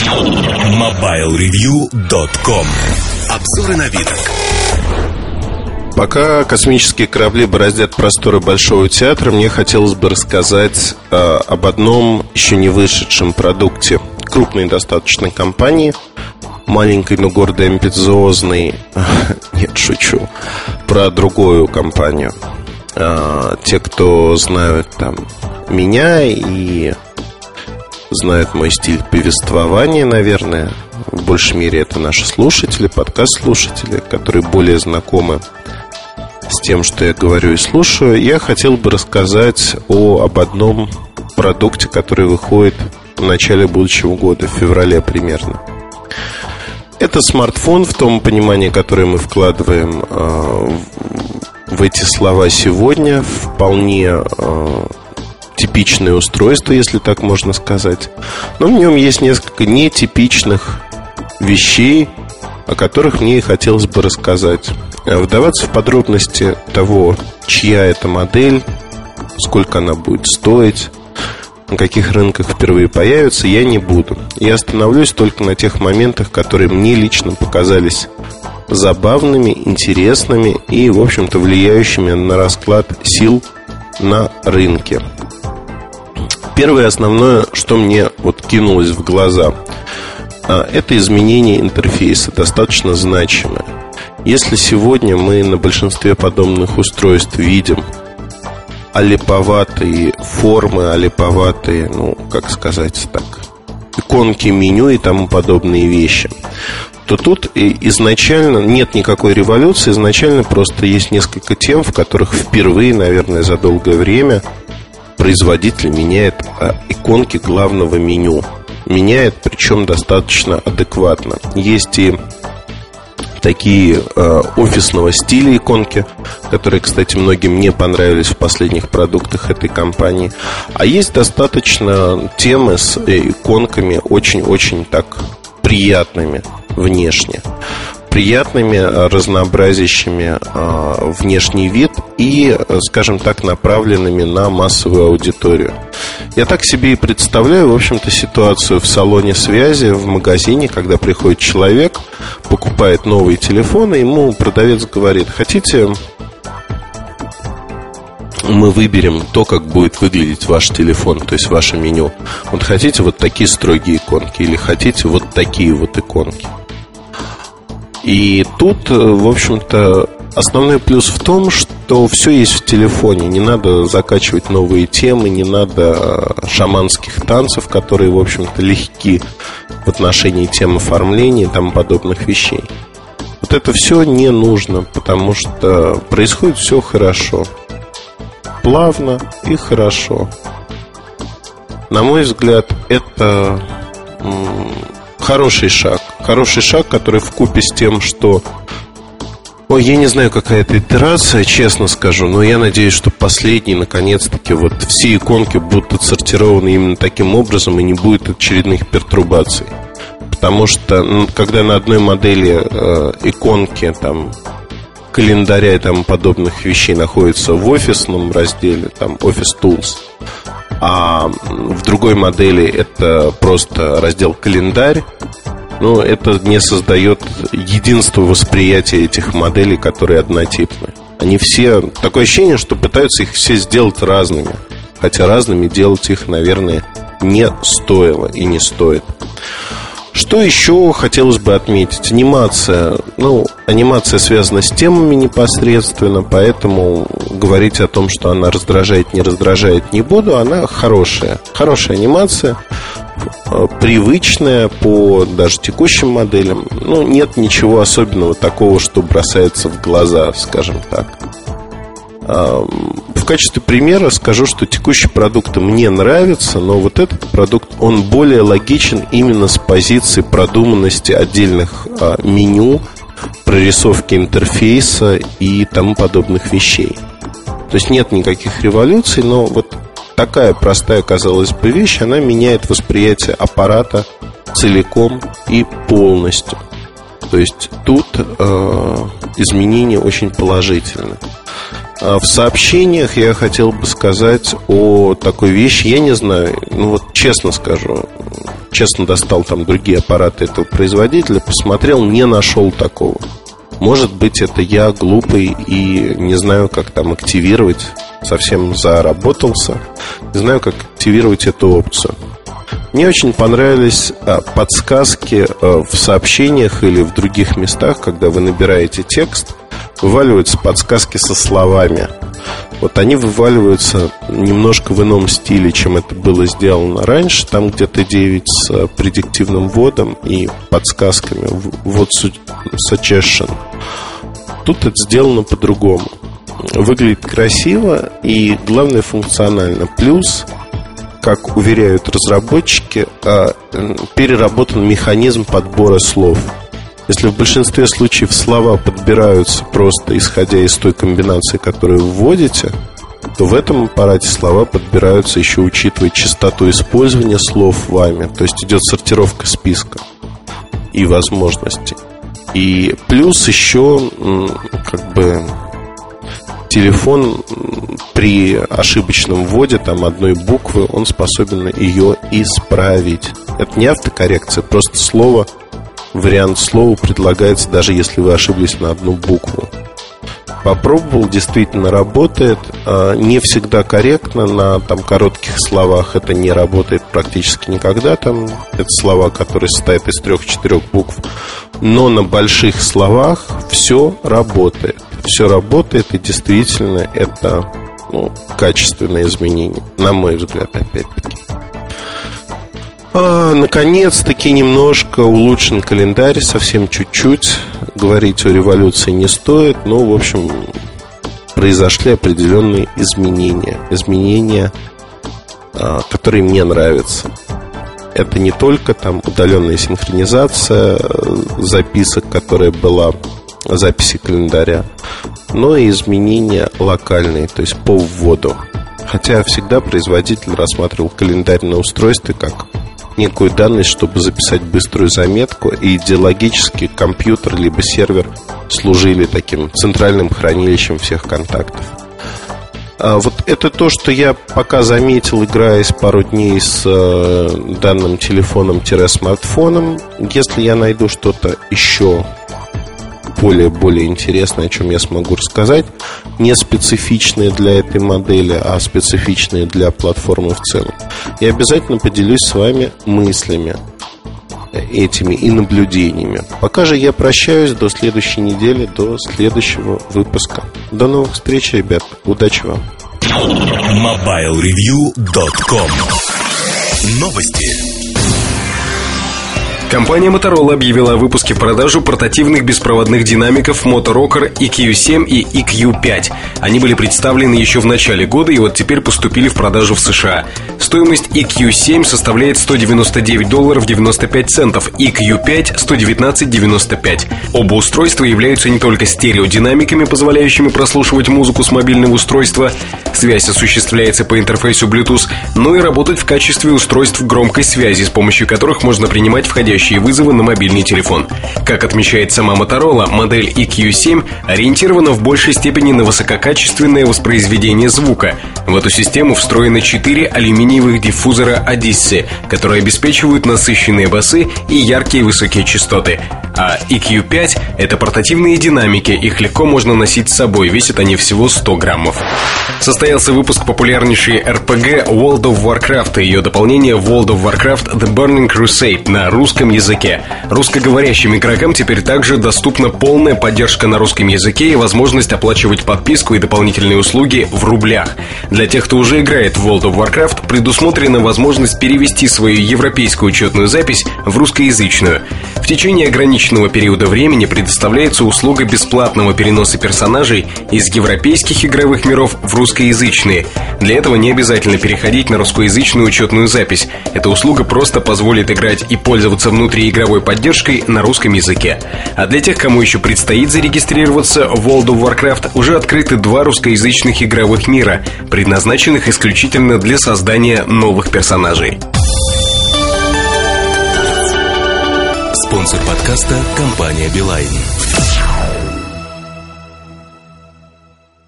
MobileReview.com. Обзоры новинок. Пока космические корабли бороздят просторы Большого театра, мне хотелось бы рассказать об одном еще не вышедшем продукте крупной достаточно компании, маленькой, но гордой, амбициозной. Нет, шучу. Про другую компанию. Те, кто знают там меня и знают мой стиль повествования, наверное, в большей мере это наши слушатели, подкаст-слушатели, которые более знакомы с тем, что я говорю и слушаю. Я хотел бы рассказать об одном продукте, который выходит в начале будущего года, в феврале примерно. Это смартфон в том понимании, которое мы вкладываем в эти слова сегодня. Вполне типичное устройство, если так можно сказать. Но в нем есть несколько нетипичных вещей, о которых мне и хотелось бы рассказать. Вдаваться в подробности того, чья это модель, сколько она будет стоить, на каких рынках впервые появится, я не буду. Я остановлюсь только на тех моментах, которые мне лично показались забавными, интересными и, в общем-то, влияющими на расклад сил на рынке. Первое основное, что мне кинулось в глаза, это изменение интерфейса, достаточно значимое. Если сегодня мы на большинстве подобных устройств видим олиповатые формы, олиповатые, иконки меню и тому подобные вещи, то тут изначально нет никакой революции. Изначально просто есть несколько тем, в которых впервые, наверное, за долгое время производитель меняет иконки главного меню. Меняет, причем достаточно адекватно. Есть и такие офисного стиля иконки, которые, кстати, многим не понравились в последних продуктах этой компании. А есть достаточно темы с иконками очень-очень так приятными внешне, приятными, разнообразящими внешний вид и, скажем так, направленными на массовую аудиторию. Я так себе и представляю, в общем-то, ситуацию в салоне связи, в магазине, когда приходит человек, покупает новый телефон, и ему продавец говорит: хотите, мы выберем то, как будет выглядеть ваш телефон, то есть ваше меню. Вот хотите вот такие строгие иконки или хотите вот такие вот иконки. И тут, в общем-то, основной плюс в том, что все есть в телефоне. Не надо закачивать новые темы, не надо шаманских танцев, которые, в общем-то, легки в отношении тем оформления и тому подобных вещей. Вот это все не нужно, потому что происходит все хорошо, плавно и хорошо. На мой взгляд, это хороший шаг. Хороший шаг, который вкупе с тем, что... я не знаю, какая это итерация, честно скажу, но я надеюсь, что последний, наконец-таки, все иконки будут отсортированы именно таким образом и не будет очередных пертурбаций. Потому что, когда на одной модели иконки, календаря и тому подобных вещей находятся в офисном разделе, Office Tools, а в другой модели это просто раздел «Календарь», это не создает единство восприятия этих моделей, которые однотипны. Они все... Такое ощущение, что пытаются их все сделать разными. Хотя разными делать их, наверное, не стоило и не стоит. Что еще хотелось бы отметить? Анимация. Анимация связана с темами непосредственно, поэтому говорить о том, что она раздражает, не раздражает, не буду. Она хорошая. Хорошая анимация, привычная по даже текущим моделям. Нет ничего особенного такого, что бросается в глаза, скажем так. В качестве примера скажу, что текущие продукты мне нравятся, но вот этот продукт, он более логичен именно с позиции продуманности отдельных меню, прорисовки интерфейса и тому подобных вещей. То есть нет никаких революций, но такая простая, казалось бы, вещь, она меняет восприятие аппарата целиком и полностью. То есть тут изменения очень положительны. В сообщениях я хотел бы сказать о такой вещи. Я не знаю, честно скажу, честно достал там другие аппараты этого производителя, посмотрел, не нашел такого. Может быть, это я глупый и не знаю, как там активировать. Совсем заработался. Не знаю, как активировать эту опцию. Мне очень понравились подсказки в сообщениях или в других местах, когда вы набираете текст, вываливаются подсказки со словами. Вот они вываливаются немножко в ином стиле, чем это было сделано раньше. Там где-то 9 с предиктивным вводом и подсказками. Вот suggestion. Тут это сделано по-другому. Выглядит красиво и, главное, функционально. Плюс, как уверяют разработчики, переработан механизм подбора слов. Если в большинстве случаев слова подбираются просто исходя из той комбинации, которую вы вводите, то в этом аппарате слова подбираются еще учитывая частоту использования слов вами. То есть идет сортировка списка и возможностей. И плюс еще телефон при ошибочном вводе там одной буквы, он способен ее исправить. Это не автокоррекция, просто слово, вариант слова предлагается, даже если вы ошиблись на одну букву. Попробовал, действительно работает. Не всегда корректно. На там коротких словах это не работает практически никогда. Там это слова, которые состоят из 3-4 букв. Но на больших словах все работает. Все работает, и действительно это качественное изменение, на мой взгляд, опять-таки. Наконец-таки немножко улучшен календарь, совсем чуть-чуть. Говорить о революции не стоит, но, в общем, произошли определенные изменения. Изменения, которые мне нравятся. Это не только там удаленная синхронизация записок, которая была, записи календаря, но и изменения локальные, то есть по вводу. Хотя всегда производитель рассматривал календарь на устройстве как некую данность, чтобы записать быструю заметку, и идеологически компьютер либо сервер служили таким центральным хранилищем всех контактов. Вот это то, что я пока заметил, играясь пару дней с данным телефоном-смартфоном. Если я найду что-то еще более интересное, о чем я смогу рассказать, не специфичные для этой модели, а специфичные для платформы в целом, я обязательно поделюсь с вами мыслями этими и наблюдениями. Пока же я прощаюсь до следующей недели, до следующего выпуска. До новых встреч, ребят. Удачи вам. MobileReview.com. Новости. Компания Motorola объявила о выпуске в продажу портативных беспроводных динамиков Moto Rocker EQ7 и EQ5. Они были представлены еще в начале года и вот теперь поступили в продажу в США. Стоимость EQ7 составляет $199.95, EQ5 $119.95. Оба устройства являются не только стереодинамиками, позволяющими прослушивать музыку с мобильного устройства, связь осуществляется по интерфейсу Bluetooth, но и работать в качестве устройств громкой связи, с помощью которых можно принимать входящие вызовы на мобильный телефон. Как отмечает сама Motorola, модель EQ7 ориентирована в большей степени на высококачественное воспроизведение звука. В эту систему встроены 4 алюминиевых диффузора Odyssey, которые обеспечивают насыщенные басы и яркие высокие частоты. А EQ5 — это портативные динамики, их легко можно носить с собой, весят они всего 100 граммов. Состоялся выпуск популярнейшей RPG World of Warcraft и ее дополнение World of Warcraft The Burning Crusade на русском языке. Русскоговорящим игрокам теперь также доступна полная поддержка на русском языке и возможность оплачивать подписку и дополнительные услуги в рублях. Для тех, кто уже играет в World of Warcraft, предусмотрена возможность перевести свою европейскую учетную запись в русскоязычную. В течение ограниченного периода времени предоставляется услуга бесплатного переноса персонажей из европейских игровых миров в русскоязычные. Для этого не обязательно переходить на русскоязычную учетную запись. Эта услуга просто позволит играть и пользоваться внутриигровой поддержкой на русском языке. А для тех, кому еще предстоит зарегистрироваться в World of Warcraft, уже открыты 2 русскоязычных игровых мира, предназначенных исключительно для создания новых персонажей. Спонсор подкаста — компания Билайн.